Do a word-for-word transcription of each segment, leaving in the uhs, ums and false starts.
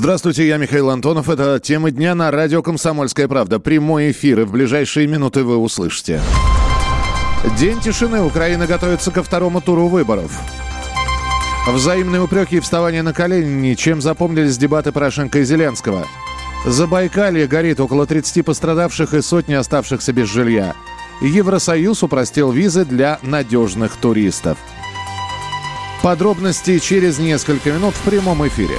Здравствуйте, я Михаил Антонов. Это «Темы дня» на радио «Комсомольская правда». Прямой эфир, и в ближайшие минуты вы услышите. День тишины. Украина готовится ко второму туру выборов. Взаимные упреки и вставание на колени. Чем запомнились дебаты Порошенко и Зеленского? Забайкалье горит, около тридцати пострадавших и сотни оставшихся без жилья. Евросоюз упростил визы для надежных туристов. Подробности через несколько минут в прямом эфире.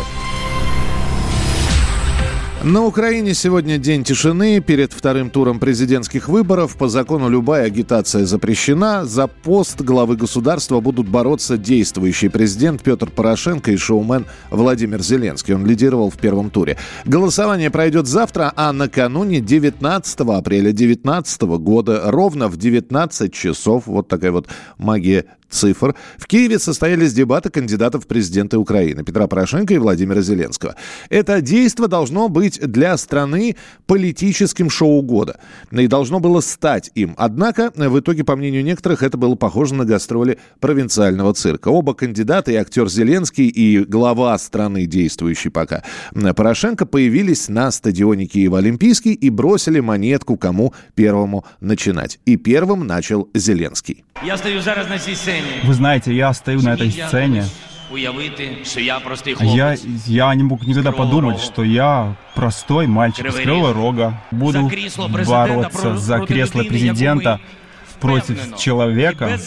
На Украине сегодня день тишины перед вторым туром президентских выборов. По закону любая агитация запрещена. За пост главы государства будут бороться действующий президент Петр Порошенко и шоумен Владимир Зеленский. Он лидировал в первом туре. Голосование пройдет завтра, а накануне девятнадцатого апреля две тысячи девятнадцатого года ровно в девятнадцать часов, вот такая вот магия цифр, в Киеве состоялись дебаты кандидатов в президенты Украины Петра Порошенко и Владимира Зеленского. Это действо должно быть для страны политическим шоу года. И должно было стать им. Однако, в итоге, по мнению некоторых, это было похоже на гастроли провинциального цирка. Оба кандидата, и актер Зеленский, и глава страны, действующий пока, Порошенко, появились на стадионе Киева-Олимпийский и бросили монетку, кому первому начинать. И первым начал Зеленский. Я стою зараз на цій сцені. Вы знаете, я стою на этой сцене. Я, я не мог никогда подумать, что я простой мальчик из Кривого Рога. Буду бороться за кресло президента против человека,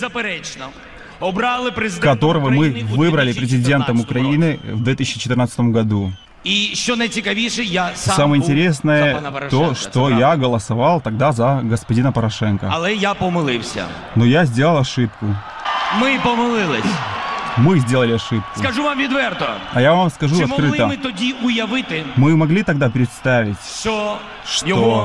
которого мы выбрали президентом Украины в две тысячи четырнадцатом году. И что найцікавіше, я сам Самое интересное то, что я голосовал тогда за господина Порошенко. Але я помилився. Но я сделал ошибку. Ми помилились. Мы сделали ошибку. Скажу вам відверто. А я вам скажу Чи открыто. могли ми тоді уявити, Мы могли тогда представить, що что, його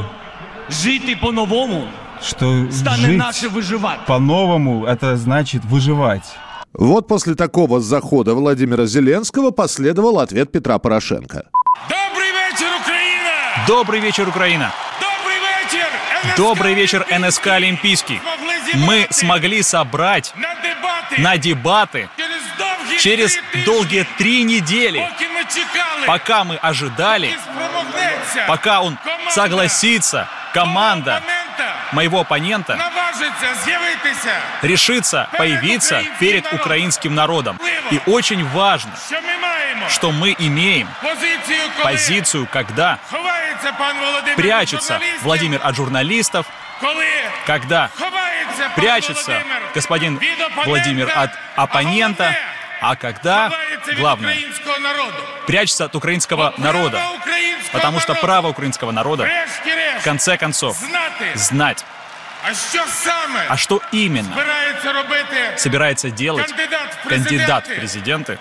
жити по-новому что стане жить наше виживати? по-новому это значит выживать. Вот после такого захода Владимира Зеленского последовал ответ Петра Порошенко. Добрый вечер, Украина! Добрый вечер, Украина! Добрый вечер, эн эс ка Добрый вечер, эн эс ка Олимпийский! Мы смогли собрать на дебаты, на дебаты через, через долгие три недели, поки ми чекали, пока мы ожидали, поки спромогнеться пока он команда согласится, команда опонента моего оппонента наважиться з'явитися, решится появиться перед украинским народом. И очень важно, що ми маємо что мы имеем позицію, коли позицию, когда ховається пан Володимир прячется від журналістів, Владимир от журналистов, коли когда ховається пан прячется Володимир господин від опонента, Владимир от оппонента, а головне, а когда, ховається від главное, українського народу. прячется от украинского Бо народа. право українського Потому что народу, право украинского народа, врешті-решт, в конце концов, знати, знать, а що саме а что именно збирається робити собирается делать кандидат в кандидат в президенти президенты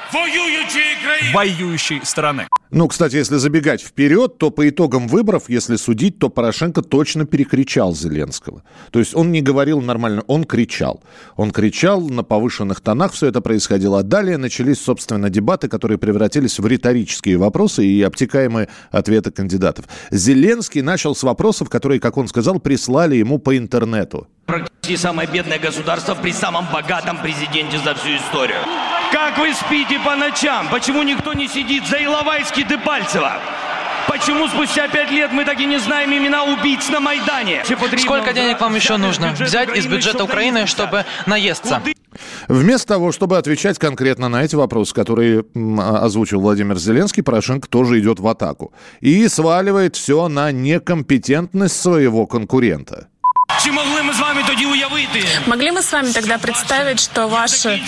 воюючої країни. воюющей страны. Ну, кстати, если забегать вперед, то по итогам выборов, если судить, то Порошенко точно перекричал Зеленского. То есть он не говорил нормально, он кричал. Он кричал на повышенных тонах, все это происходило. А далее начались, собственно, дебаты, которые превратились в риторические вопросы и обтекаемые ответы кандидатов. Зеленский начал с вопросов, которые, как он сказал, прислали ему по интернету. Практически самое бедное государство при самом богатом президенте за всю историю. Как вы спите по ночам? Почему никто не сидит за Иловайский Дебальцево? Почему спустя пять лет мы так и не знаем имена убийц на Майдане? Сколько денег вам еще нужно взять из бюджета Украины, чтобы наесться? Вместо того, чтобы отвечать конкретно на эти вопросы, которые м, озвучил Владимир Зеленский, Порошенко тоже идет в атаку. И сваливает все на некомпетентность своего конкурента. Чи могли ми з вами тоді уявити? Могли мы с вами тогда представить, что ваше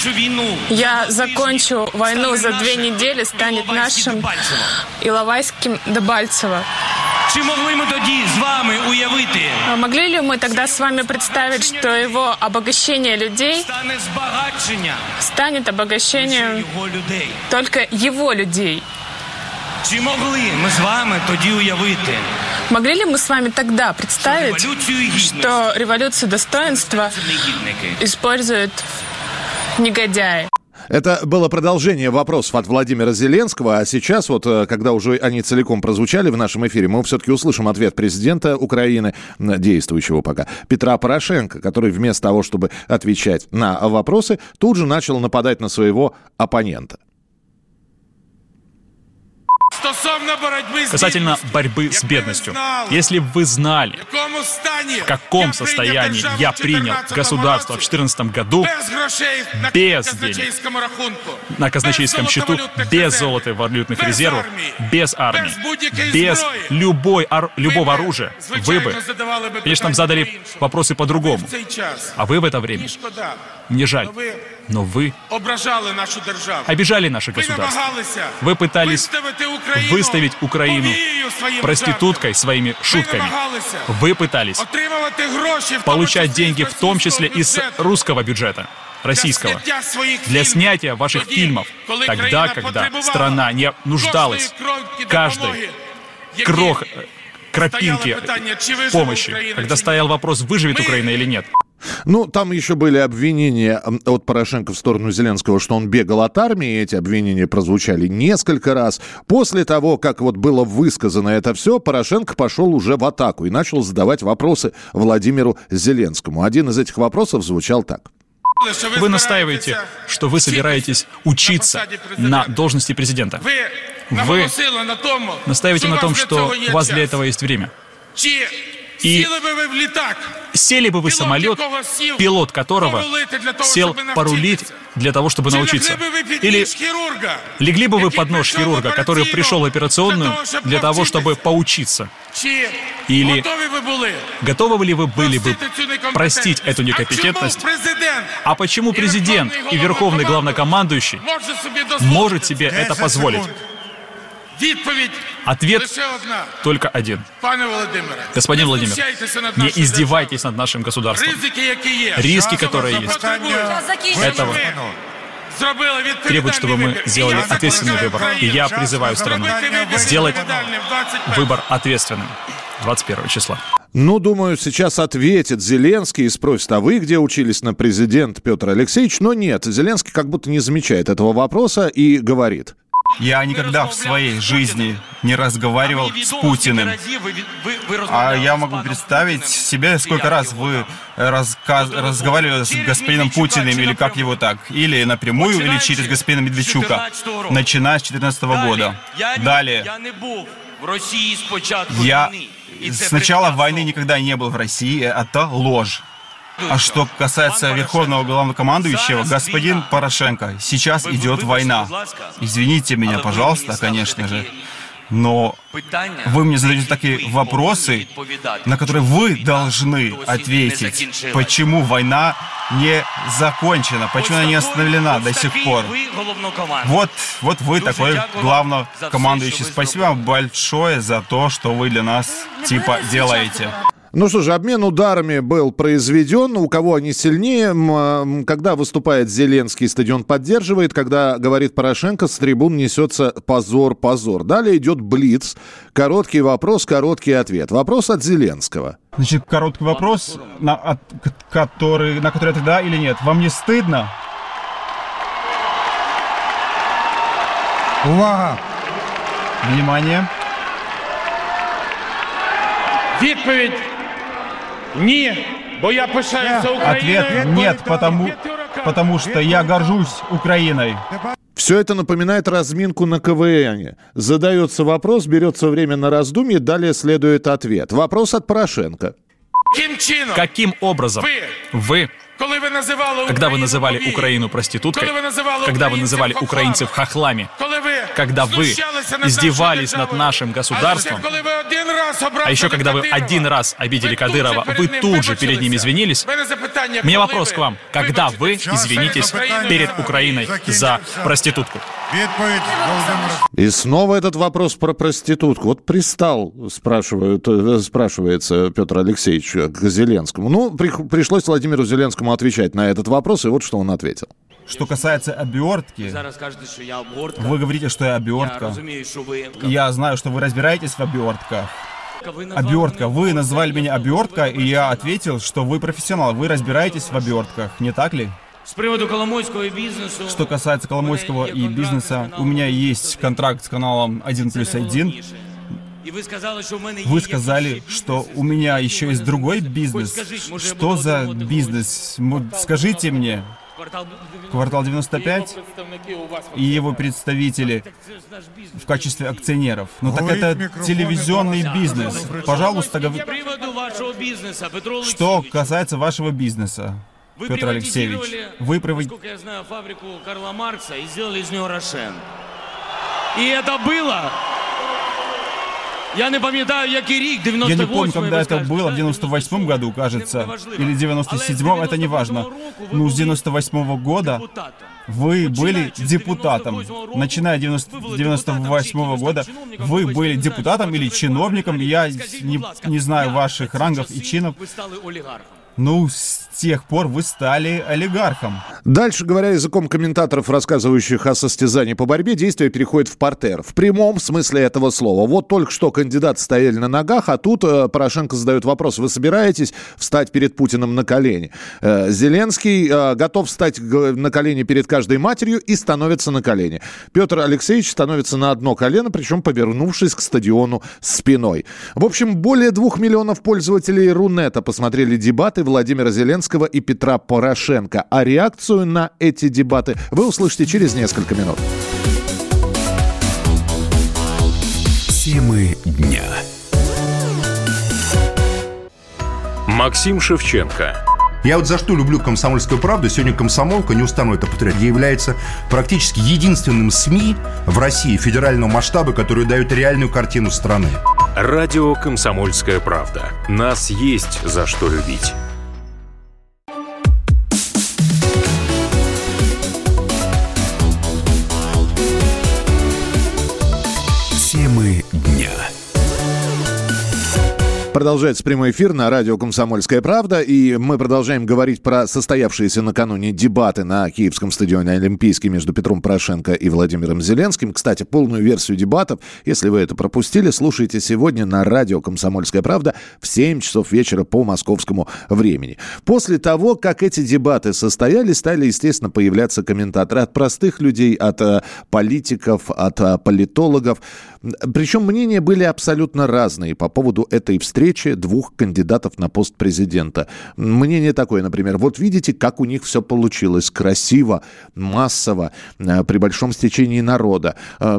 «Я закончу войну за две недели» станет нашим Иловайским Дебальцево? Чи могли ми тоді з вами уявити? А могли ли мы тогда с вами представить, что его обогащение людей Стане збагачення станет обогащением його людей. только его людей? Чи могли ми з вами тоді уявити? Могли ли мы с вами тогда представить, Революцию гідності что революцию достоинства негідники. используют негодяи? Это было продолжение вопросов от Владимира Зеленского, а сейчас вот, когда уже они целиком прозвучали в нашем эфире, мы все-таки услышим ответ президента Украины, действующего пока, Петра Порошенко, который вместо того, чтобы отвечать на вопросы, тут же начал нападать на своего оппонента. Касательно борьбы с бедностью. Если бы вы знали, в каком состоянии я принял государство в две тысячи четырнадцатом году, без денег на казначейском счету, без золота и валютных резервов, без армии, без любой, ор, любого оружия, вы бы, конечно, нам задали вопросы по-другому. А вы в это время, не жаль, но вы обижали наше государство. Вы пытались выставить Украину проституткой своими шутками. Вы пытались получать деньги, в том числе из русского бюджета, российского, для снятия ваших фильмов, тогда, когда страна не нуждалась каждой крох, крапинки помощи, когда стоял вопрос, выживет Украина или нет. Ну, там еще были обвинения от Порошенко в сторону Зеленского, что он бегал от армии. Эти обвинения прозвучали несколько раз. После того, как вот было высказано это все, Порошенко пошел уже в атаку и начал задавать вопросы Владимиру Зеленскому. Один из этих вопросов звучал так. Вы настаиваете, что вы собираетесь учиться на должности президента. Вы настаиваете на том, что у вас для этого есть время. И сели бы вы в самолет, пилот которого сел порулить для того, чтобы научиться? Или легли бы вы под нож хирурга, который пришел в операционную для того, чтобы поучиться? Или готовы ли вы были бы простить эту некомпетентность? А почему президент и верховный главнокомандующий может себе это позволить? Ответ только один. Господин Владимир, не издевайтесь над нашим государством. Риски, которые есть, этого требуют, чтобы мы сделали ответственный выбор. И я призываю страну сделать выбор ответственным двадцать первого числа. Ну, думаю, сейчас ответит Зеленский и спросит, а вы где учились на президента, Петр Алексеевич? Но нет, Зеленский как будто не замечает этого вопроса и говорит. Я никогда в своей жизни не разговаривал с Путиным. А я могу представить себе, сколько раз вы разказ... разговаривали с господином Путиным, или как его так, или напрямую, или через господина Медведчука, начиная с две тысячи четырнадцатого года. Далее. Я с начала войны никогда не был в России, это ложь. А что касается верховного главнокомандующего, господин Порошенко, сейчас идет война. Извините меня, пожалуйста, конечно же, но вы мне задаете такие вопросы, на которые вы должны ответить. Почему война не закончена? Почему она не остановлена до сих пор? Вот, вот вы такой главнокомандующий. Спасибо вам большое за то, что вы для нас типа делаете. Ну что же, обмен ударами был произведен. У кого они сильнее? Когда выступает Зеленский, стадион поддерживает. Когда говорит Порошенко, с трибун несется позор, позор. Далее идет блиц. Короткий вопрос, короткий ответ. Вопрос от Зеленского. Значит, короткий вопрос, на, от, который, на который ответ да или нет. Вам не стыдно? Увага! Внимание. Відповідь ні, бо я пишаюся Україною. Ответ нет, потому, потому что я горжусь Украиной. Все это напоминает разминку на КВНе. Задается вопрос, берется время на раздумье, далее следует ответ. Вопрос от Порошенко. Каким образом вы, когда вы называли Украину проституткой, когда вы называли украинцев хохлами, когда вы издевались над нашим государством, а еще когда вы один раз обидели Кадырова, вы тут же перед ним извинились? У меня вопрос к вам. Когда вы извинитесь перед Украиной за проститутку? И снова этот вопрос про проститутку. Вот пристал, спрашивают, спрашивается Петр Алексеевич к Зеленскому. Ну, при, пришлось Владимиру Зеленскому отвечать на этот вопрос, и вот что он ответил. Что касается обертки, вы говорите, что я обертка. Я знаю, что вы разбираетесь в обертках. Обертка. Вы назвали меня обертка, и я ответил, что вы профессионал, вы разбираетесь в обертках, не так ли? Что касается Коломойского и бизнеса, у меня есть контракт с каналом один плюс один. Вы сказали, что у меня еще есть другой бизнес. Что за бизнес? Скажите мне. Квартал девяносто пять и его представители в качестве акционеров. Ну так это телевизионный бизнес. Пожалуйста, говорите. Что касается вашего бизнеса, Петр Алексеевич, вы приводите... Насколько я знаю, фабрику Карла Маркса и сделали из нее Рошен. И это было... Я не пам'ятаю, який рік, девяносто восьмой. Я не помню, когда это было, в девяносто восьмом году, кажется, или девяносто седьмом, это не важно. Ну, с девяносто восьмого года вы были депутатом. Начиная с девяносто восьмого года вы были депутатом или чиновником, я не, не знаю ваших рангов и чинов. Ну, с тех пор вы стали олигархом. Дальше, говоря языком комментаторов, рассказывающих о состязании по борьбе, действие переходит в партер. В прямом смысле этого слова. Вот только что кандидаты стояли на ногах, а тут э, Порошенко задает вопрос. Вы собираетесь встать перед Путиным на колени? Э, Зеленский э, готов встать на колени перед каждой матерью и становится на колени. Петр Алексеевич становится на одно колено, причем повернувшись к стадиону спиной. В общем, более двух миллионов пользователей Рунета посмотрели дебаты Владимира Зеленского и Петра Порошенко. А реакцию на эти дебаты вы услышите через несколько минут. Темы дня. Максим Шевченко. Я вот за что люблю «Комсомольскую правду». Сегодня «Комсомолка», не устану это повторять, является практически единственным СМИ в России федерального масштаба, который дает реальную картину страны. Радио «Комсомольская правда». Нас есть за что любить. Темы дня. Продолжается прямой эфир на радио «Комсомольская правда», и мы продолжаем говорить про состоявшиеся накануне дебаты на Киевском стадионе Олимпийский между Петром Порошенко и Владимиром Зеленским. Кстати, полную версию дебатов, если вы это пропустили, слушайте сегодня на радио «Комсомольская правда» в семь часов вечера по московскому времени. После того, как эти дебаты состоялись, стали, естественно, появляться комментаторы от простых людей, от э, политиков, от э, политологов. Причем мнения были абсолютно разные по поводу этой встречи двух кандидатов на пост президента. Мнение такое, например, вот видите, как у них все получилось. Красиво, массово, при большом стечении народа.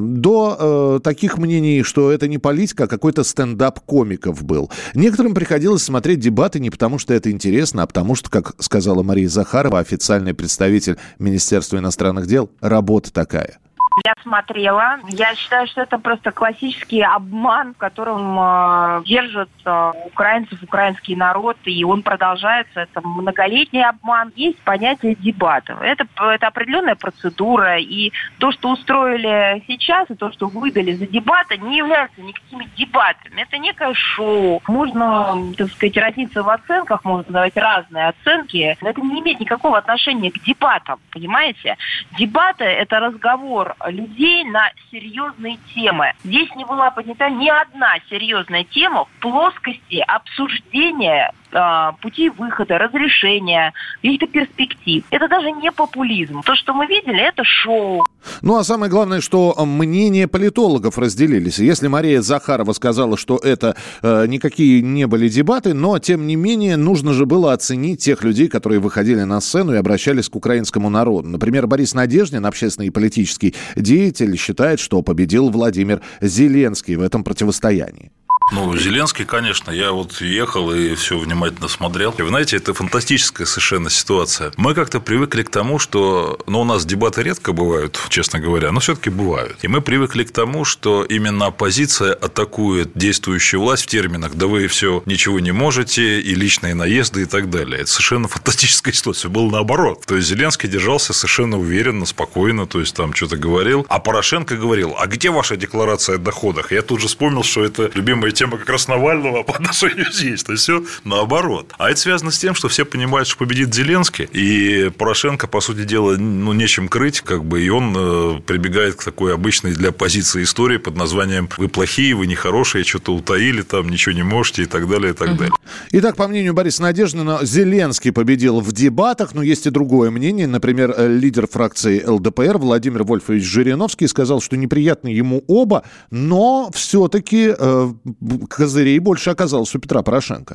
До э, таких мнений, что это не политика, а какой-то стендап комиков был. Некоторым приходилось смотреть дебаты не потому, что это интересно, а потому что, как сказала Мария Захарова, официальный представитель Министерства иностранных дел, работа такая. Я смотрела. Я считаю, что это просто классический обман, в котором э, держат э, украинцев, украинский народ, и он продолжается. Это многолетний обман. Есть понятие дебатов. Это, это определенная процедура, и то, что устроили сейчас, и то, что выдали за дебаты, не является никакими дебатами. Это некое шоу. Можно, так сказать, разниться в оценках, можно давать разные оценки, но это не имеет никакого отношения к дебатам, понимаете? Дебаты – это разговор людей на серьезные темы. Здесь не была поднята ни одна серьезная тема в плоскости обсуждения э, путей выхода, разрешения, каких-то перспектив. Это даже не популизм. То, что мы видели, это шоу. Ну, а самое главное, что мнения политологов разделились. Если Мария Захарова сказала, что это э, никакие не были дебаты, но, тем не менее, нужно же было оценить тех людей, которые выходили на сцену и обращались к украинскому народу. Например, Борис Надеждин, общественный и политический деятель, считает, что победил Владимир Зеленский в этом противостоянии. Ну, Зеленский, конечно, я вот ехал и все внимательно смотрел. И, вы знаете, это фантастическая совершенно ситуация. Мы как-то привыкли к тому, что, ну, у нас дебаты редко бывают, честно говоря, но все-таки бывают. И мы привыкли к тому, что именно оппозиция атакует действующую власть в терминах: да вы все ничего не можете, и личные наезды и так далее. Это совершенно фантастическая ситуация. Было наоборот. То есть Зеленский держался совершенно уверенно, спокойно, то есть там что-то говорил. А Порошенко говорил: а где ваша декларация о доходах? Я тут же вспомнил, что это любимая тема как раз Навального по отношению здесь. То есть все наоборот. А это связано с тем, что все понимают, что победит Зеленский, и Порошенко, по сути дела, ну, нечем крыть, как бы, и он э, прибегает к такой обычной для оппозиции истории под названием: вы плохие, вы нехорошие, что-то утаили, там ничего не можете и так далее, и так далее. Итак, по мнению Бориса Надеждина, Зеленский победил в дебатах, но есть и другое мнение. Например, лидер фракции эл дэ пэ эр Владимир Вольфович Жириновский сказал, что неприятны ему оба, но все-таки э, козырей больше оказалось у Петра Порошенко.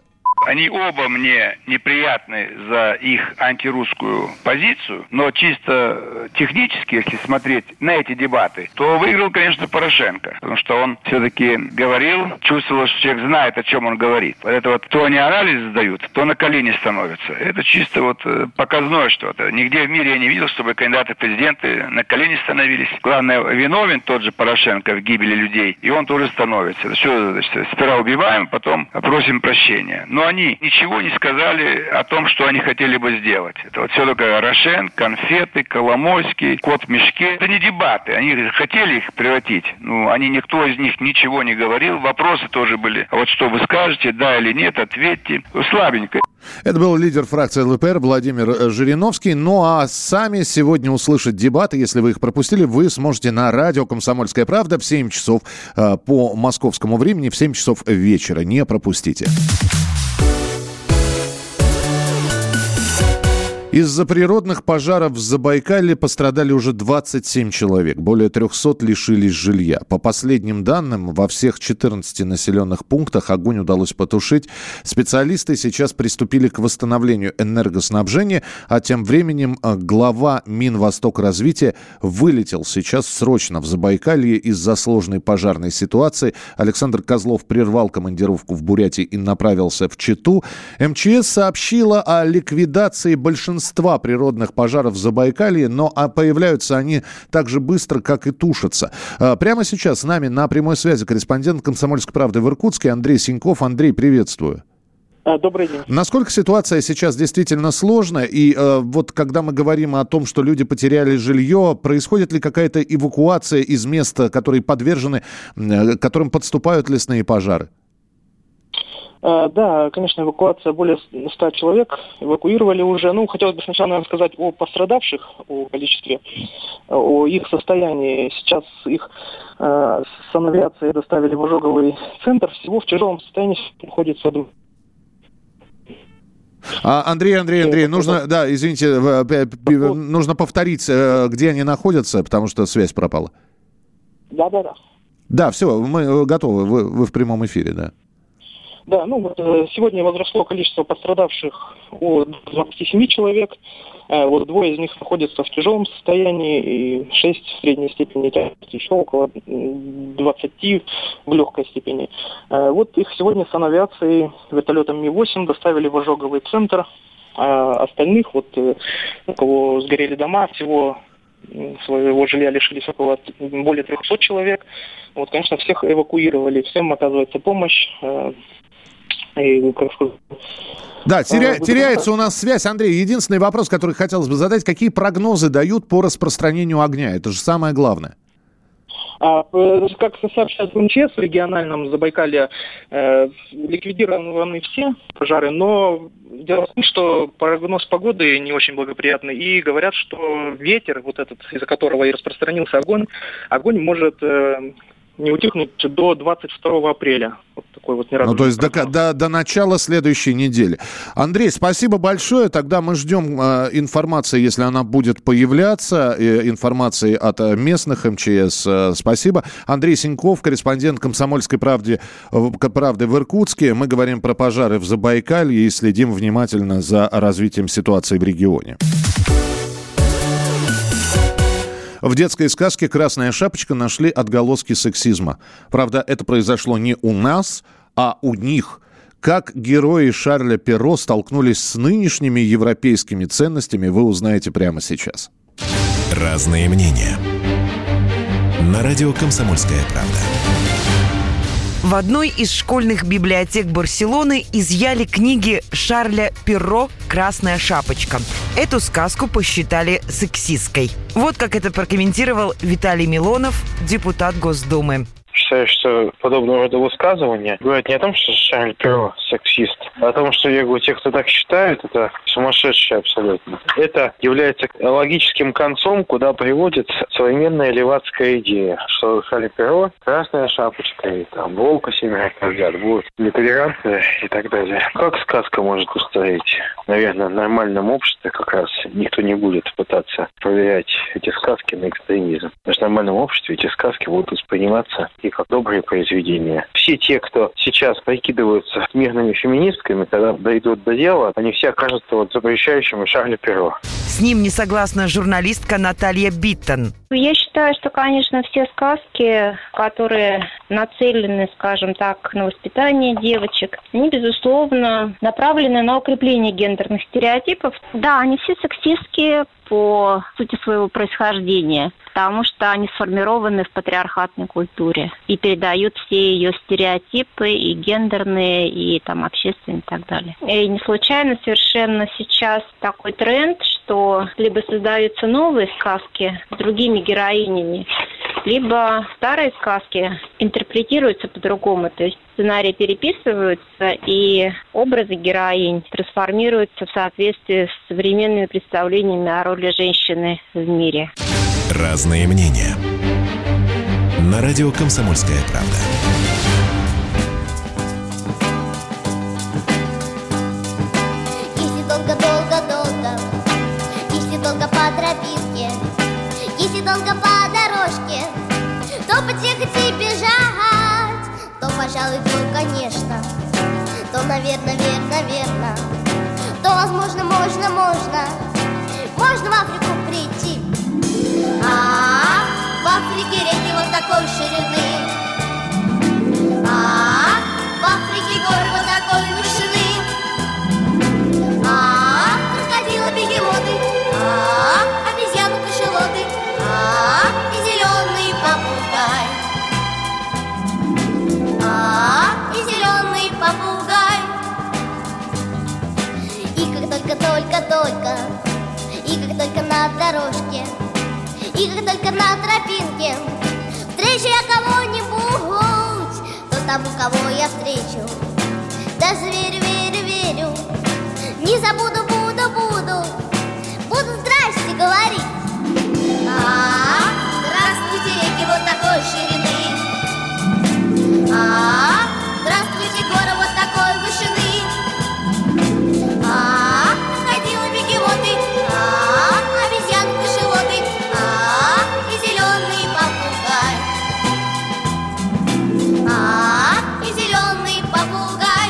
Они оба мне неприятны за их антирусскую позицию, но чисто технически, если смотреть на эти дебаты, то выиграл, конечно, Порошенко, потому что он все-таки говорил, чувствовал, что человек знает, о чем он говорит. Вот это вот то они анализ сдают, то на колени становятся. Это чисто вот показное что-то. Нигде в мире я не видел, чтобы кандидаты в президенты на колени становились. Главное, виновен тот же Порошенко в гибели людей, и он тоже становится. Все, значит, сперва убиваем, потом просим прощения. Но они ничего не сказали о том, что они хотели бы сделать. Это вот все такое Рошен, конфеты, Коломойский, кот в мешке. Это не дебаты. Они хотели их превратить. Ну, они, никто из них ничего не говорил. Вопросы тоже были. А вот что вы скажете, да или нет, ответьте. Слабенько. Это был лидер фракции ЛДПР Владимир Жириновский. Ну а сами сегодня услышать дебаты, если вы их пропустили, вы сможете на радио «Комсомольская правда» в семь часов э, по московскому времени, в семь часов вечера. Не пропустите. Из-за природных пожаров в Забайкалье пострадали уже двадцать семь человек. Более трехсот лишились жилья. По последним данным, во всех четырнадцати населенных пунктах огонь удалось потушить. Специалисты сейчас приступили к восстановлению энергоснабжения, а тем временем глава Минвостокразвития вылетел сейчас срочно в Забайкалье из-за сложной пожарной ситуации. Александр Козлов прервал командировку в Бурятии и направился в Читу. МЧС сообщила о ликвидации большинства природных пожаров в Забайкалье, но появляются они так же быстро, как и тушатся. Прямо сейчас с нами на прямой связи корреспондент «Комсомольской правды» в Иркутске Андрей Синьков. Андрей, приветствую. Добрый день. Насколько ситуация сейчас действительно сложная? И э, вот когда мы говорим о том, что люди потеряли жилье, происходит ли какая-то эвакуация из мест, которые подвержены, э, которым подступают лесные пожары? Да, конечно, эвакуация, более ста человек эвакуировали уже. Ну, хотелось бы сначала, наверное, сказать о пострадавших, о количестве, о их состоянии. Сейчас их э, с авиацией доставили в ожоговый центр. Всего в тяжелом состоянии находится... А, Андрей, Андрей, Андрей, нужно, да, извините, нужно повторить, где они находятся, потому что связь пропала. Да, да, да. Да, все, мы готовы, вы, вы в прямом эфире, да. Да, ну вот сегодня возросло количество пострадавших о двадцати семи человек. Вот двое из них находятся в тяжелом состоянии, и шесть в средней степени тяжести, еще около двадцати в легкой степени. Вот их сегодня с авиацией вертолетом Ми восемь доставили в ожоговый центр. А остальных, вот у кого сгорели дома, всего своего жилья лишились около более трехсот человек. Вот, конечно, всех эвакуировали, всем оказывается помощь. И, как сказать, да, теря, теряется у нас связь. Андрей, единственный вопрос, который хотелось бы задать, какие прогнозы дают по распространению огня? Это же самое главное. А, как сообщают в МЧС в региональном Забайкалье, э, ликвидированы все пожары, но дело в том, что прогноз погоды не очень благоприятный, и говорят, что ветер, вот этот, из-за которого и распространился огонь, огонь может... Э, не утихнуть до двадцать второго апреля. Вот такой вот нерадостный. Ну, то есть до, до, до начала следующей недели. Андрей, спасибо большое. Тогда мы ждем э, информации, если она будет появляться, э, информации от э, местных МЧС. Э, спасибо. Андрей Синьков, корреспондент «Комсомольской правды», э, правды в Иркутске. Мы говорим про пожары в Забайкалье и следим внимательно за развитием ситуации в регионе. В детской сказке «Красная шапочка» нашли отголоски сексизма. Правда, это произошло не у нас, а у них. Как герои Шарля Перро столкнулись с нынешними европейскими ценностями, вы узнаете прямо сейчас. Разные мнения. На радио «Комсомольская правда». В одной из школьных библиотек Барселоны изъяли книги Шарля Перро «Красная шапочка». Эту сказку посчитали сексистской. Вот как это прокомментировал Виталий Милонов, депутат Госдумы. Считаю, что подобного рода высказывания говорят не о том, что Шарль Перро сексист, а о том, что, я говорю, те, кто так считают, это сумасшедшие абсолютно. Это является логическим концом, куда приводит современная левацкая идея, что Шарль Перро, красная шапочка, и там волка семеро козлят будут нетолерантны и так далее. Как сказка может устроить? Наверное, в нормальном обществе как раз никто не будет пытаться проверять эти сказки на экстремизм. Потому что в нормальном обществе эти сказки будут восприниматься и как добрые произведения. Все те, кто сейчас прикидываются мирными феминистками, списками, когда дойдут до дела, они все окажутся вот запрещающими Шарля Перро. С ним не согласна журналистка Наталья Биттон. Я считаю, что, конечно, все сказки, которые нацелены, скажем так, на воспитание девочек, они, безусловно, направлены на укрепление гендерных стереотипов. Да, они все сексистские по сути своего происхождения, потому что они сформированы в патриархатной культуре и передают все ее стереотипы, и гендерные, и там общественные, и так далее. И не случайно совершенно сейчас такой тренд, что либо создаются новые сказки с другими героинями, либо старые сказки интерпретируются по-другому, то есть сценарии переписываются, и образы героинь трансформируются в соответствии с современными представлениями о роли женщины в мире. Разные мнения. На радио «Комсомольская правда». Если долго-долго-долго, если долго по тропинке, если долго по дорожке, то подъехать и бежать, то, пожалуй, то, конечно, то, наверное, верно, верно, то, возможно, можно, можно, можно в Африку прийти. А в Африке реки вот такой ширины, а в Африке горы вот такой вышины, а крокодилы, бегемоты, а обезьяны, кашалоты, а и зеленый попугай, а и зеленый попугай. И как только-только-только, и как только на дорожке, и как только на тропинке встречу я кого-нибудь, то тому, кого я встречу, даже верю, верю, верю, не забуду, буду, буду, буду здрасте говорить. А, здравствуйте, реки вот такой ширины, а, здравствуйте, горы вот такой вышины, а, крокодилы, бегемоты, а, обезьяны, кашалоты, а, и зеленый попугай, а, и зеленый попугай.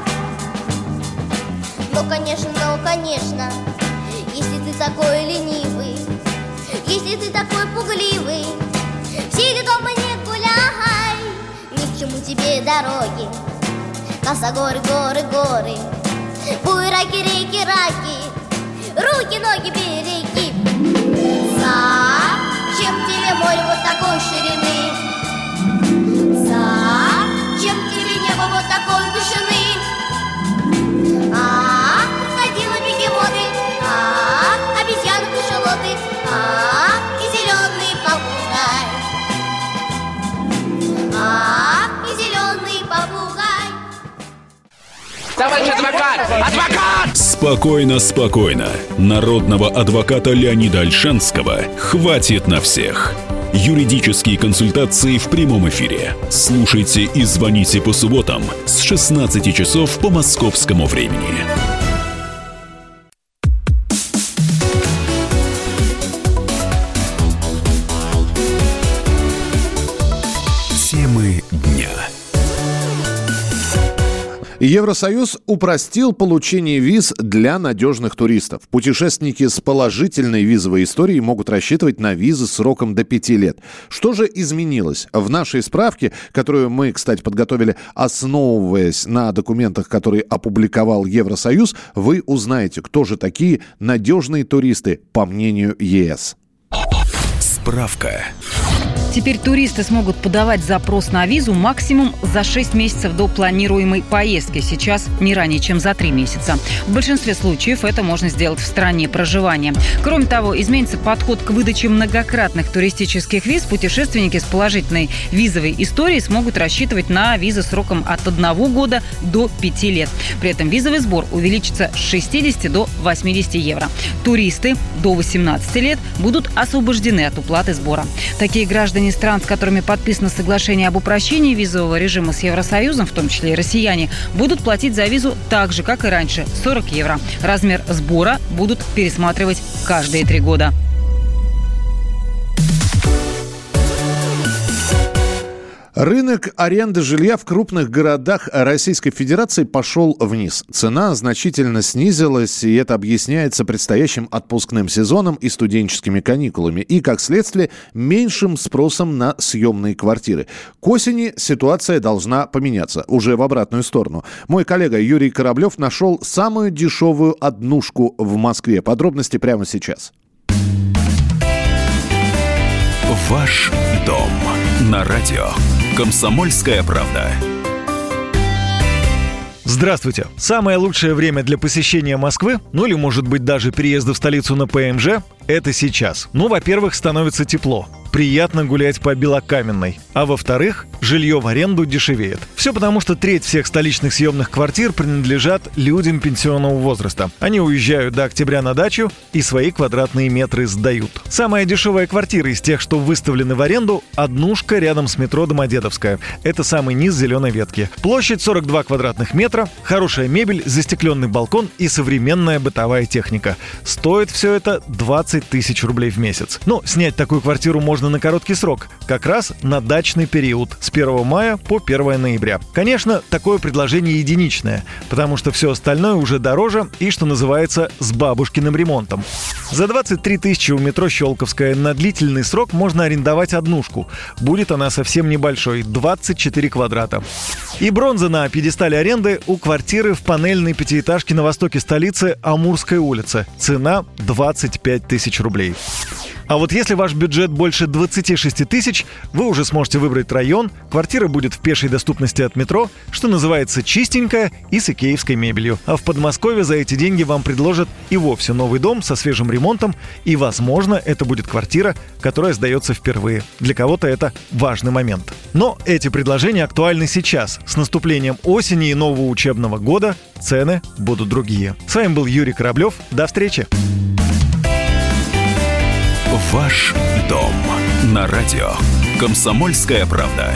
Ну, конечно, ну, конечно, если ты такой ленивый, если ты такой пугливый, сиди дома, не гуляй, ни к чему тебе дороги, косогоры, горы, горы, буераки, реки, раки, руки, ноги, береги. Зачем тебе море вот такой ширины? Зачем тебе небо вот такой вышины? А, крокодилы, бегемоты, а, обезьяны, кашалоты, а, и зеленый попугай, а, и зеленый попугай. Товарищ адвокат! Адвокат! Спокойно, спокойно. Народного адвоката Леонида Ольшанского хватит на всех. Юридические консультации в прямом эфире. Слушайте и звоните по субботам с шестнадцати часов по московскому времени. Темы дня. Евросоюз упростил получение виз для надежных туристов. Путешественники с положительной визовой историей могут рассчитывать на визы сроком до пяти лет. Что же изменилось? В нашей справке, которую мы, кстати, подготовили, основываясь на документах, которые опубликовал Евросоюз, вы узнаете, кто же такие надежные туристы, по мнению ЕС. Справка. Теперь туристы смогут подавать запрос на визу максимум за шесть месяцев до планируемой поездки. Сейчас не ранее, чем за три месяца. В большинстве случаев это можно сделать в стране проживания. Кроме того, изменится подход к выдаче многократных туристических виз. Путешественники с положительной визовой историей смогут рассчитывать на визы сроком от одного года до пяти лет. При этом визовый сбор увеличится с шестидесяти до восьмидесяти евро. Туристы до восемнадцати лет будут освобождены от уплаты сбора. Такие граждане стран, с которыми подписано соглашение об упрощении визового режима с Евросоюзом, в том числе и россияне, будут платить за визу так же, как и раньше – сорок евро. Размер сбора будут пересматривать каждые три года. Рынок аренды жилья в крупных городах Российской Федерации пошел вниз. Цена значительно снизилась, и это объясняется предстоящим отпускным сезоном и студенческими каникулами, и, как следствие, меньшим спросом на съемные квартиры. К осени ситуация должна поменяться, уже в обратную сторону. Мой коллега Юрий Кораблев нашел самую дешевую однушку в Москве. Подробности прямо сейчас. Ваш дом на радио «Комсомольская правда». Здравствуйте. Самое лучшее время для посещения Москвы, ну или, может быть, даже переезда в столицу на ПМЖ, это сейчас. Ну, во-первых, становится тепло. Приятно гулять по Белокаменной. А во-вторых, жилье в аренду дешевеет. Все потому, что треть всех столичных съемных квартир принадлежат людям пенсионного возраста. Они уезжают до октября на дачу и свои квадратные метры сдают. Самая дешевая квартира из тех, что выставлены в аренду – однушка рядом с метро Домодедовская. Это самый низ зеленой ветки. Площадь сорок два квадратных метра, хорошая мебель, застекленный балкон и современная бытовая техника. Стоит все это двадцать тысяч рублей в месяц. Но снять такую квартиру можно на короткий срок, как раз на дачный период с первого мая по первого ноября. Конечно, такое предложение единичное, потому что все остальное уже дороже и, что называется, с бабушкиным ремонтом. За двадцать три тысячи у метро Щелковская на длительный срок можно арендовать однушку. Будет она совсем небольшой – двадцать четыре квадрата. И бронза на пьедестале аренды у квартиры в панельной пятиэтажке на востоке столицы Амурской улицы. Цена двадцать пять тысяч рублей. А вот если ваш бюджет больше двадцать шесть тысяч, вы уже сможете выбрать район, квартира будет в пешей доступности от метро, что называется чистенькая и с икеевской мебелью. А в Подмосковье за эти деньги вам предложат и вовсе новый дом со свежим ремонтом, и, возможно, это будет квартира, которая сдается впервые. Для кого-то это важный момент. Но эти предложения актуальны сейчас. С наступлением осени и нового учебного года цены будут другие. С вами был Юрий Кораблев. До встречи! Ваш дом на радио «Комсомольская правда».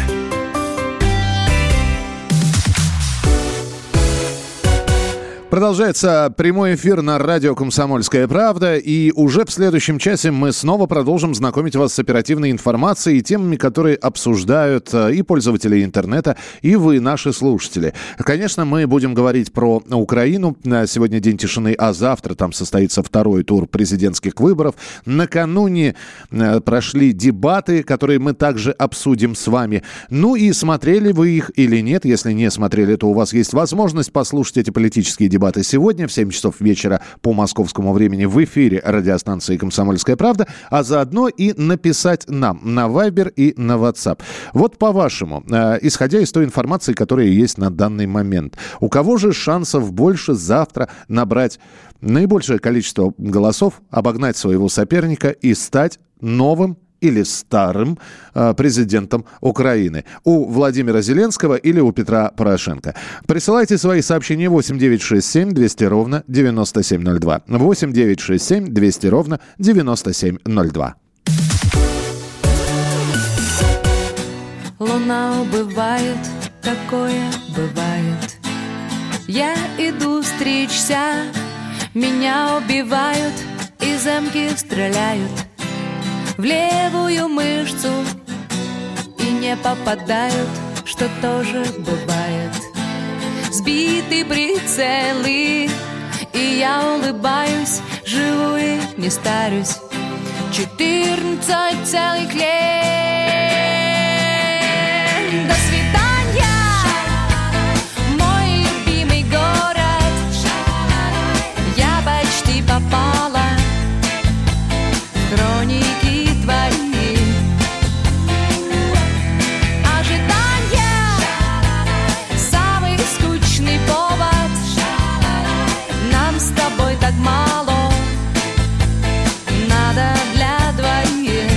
Продолжается прямой эфир на радио «Комсомольская правда», и уже в следующем часе мы снова продолжим знакомить вас с оперативной информацией и темами, которые обсуждают и пользователи интернета, и вы, наши слушатели. Конечно, мы будем говорить про Украину. Сегодня день тишины, а завтра там состоится второй тур президентских выборов. Накануне прошли дебаты, которые мы также обсудим с вами. Ну и смотрели вы их или нет? Если не смотрели, то у вас есть возможность послушать эти политические дебаты сегодня в семь часов вечера по московскому времени в эфире радиостанции «Комсомольская правда», а заодно и написать нам на Viber и на WhatsApp. Вот по-вашему, э, исходя из той информации, которая есть на данный момент, у кого же шансов больше завтра набрать наибольшее количество голосов, обогнать своего соперника и стать новым или старым э, президентом Украины? У Владимира Зеленского или у Петра Порошенко? Присылайте свои сообщения восемь девятьсот шестьдесят семь двести ровно девяносто семь ноль два. восемь девятьсот шестьдесят семь двести ровно девяносто семь ноль два. Луна убывает, такое бывает. Я иду стричься, меня убивают, и замки стреляют в левую мышцу и не попадают, что тоже бывает. Сбиты прицелы, и я улыбаюсь, живу и не старюсь. Четырнадцать целых лет. До свидания, мой любимый город. Я почти попала в хроники твои. Ожидание — самый скучный повод. Нам с тобой так мало надо для двоих.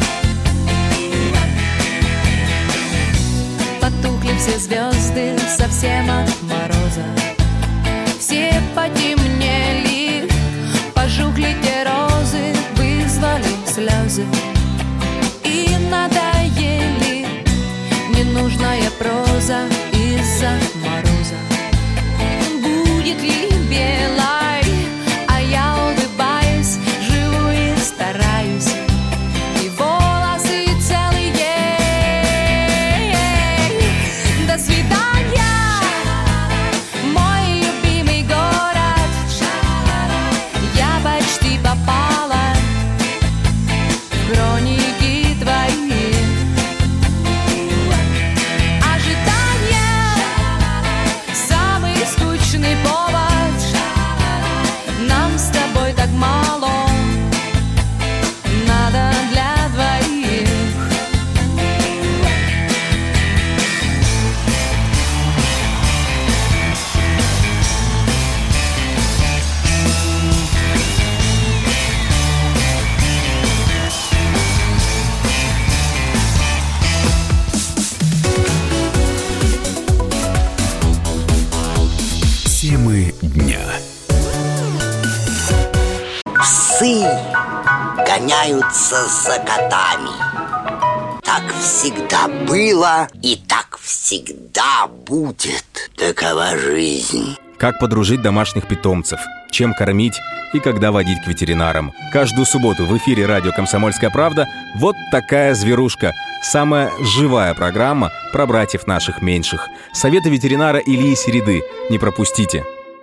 Потухли все звезды совсем от мороза. Все потемнели, пожухли те розы, вызвали слезы и надоели ненужная проза из-за мороза. Будет ли белой, а я Псы дня. Псы гоняются за котами. Так всегда было и так всегда будет. Такова жизнь. Как подружить домашних питомцев, чем кормить и когда водить к ветеринарам. Каждую субботу в эфире радио «Комсомольская правда» вот такая зверушка. Самая живая программа про братьев наших меньших. Советы ветеринара Ильи Середы. Не пропустите.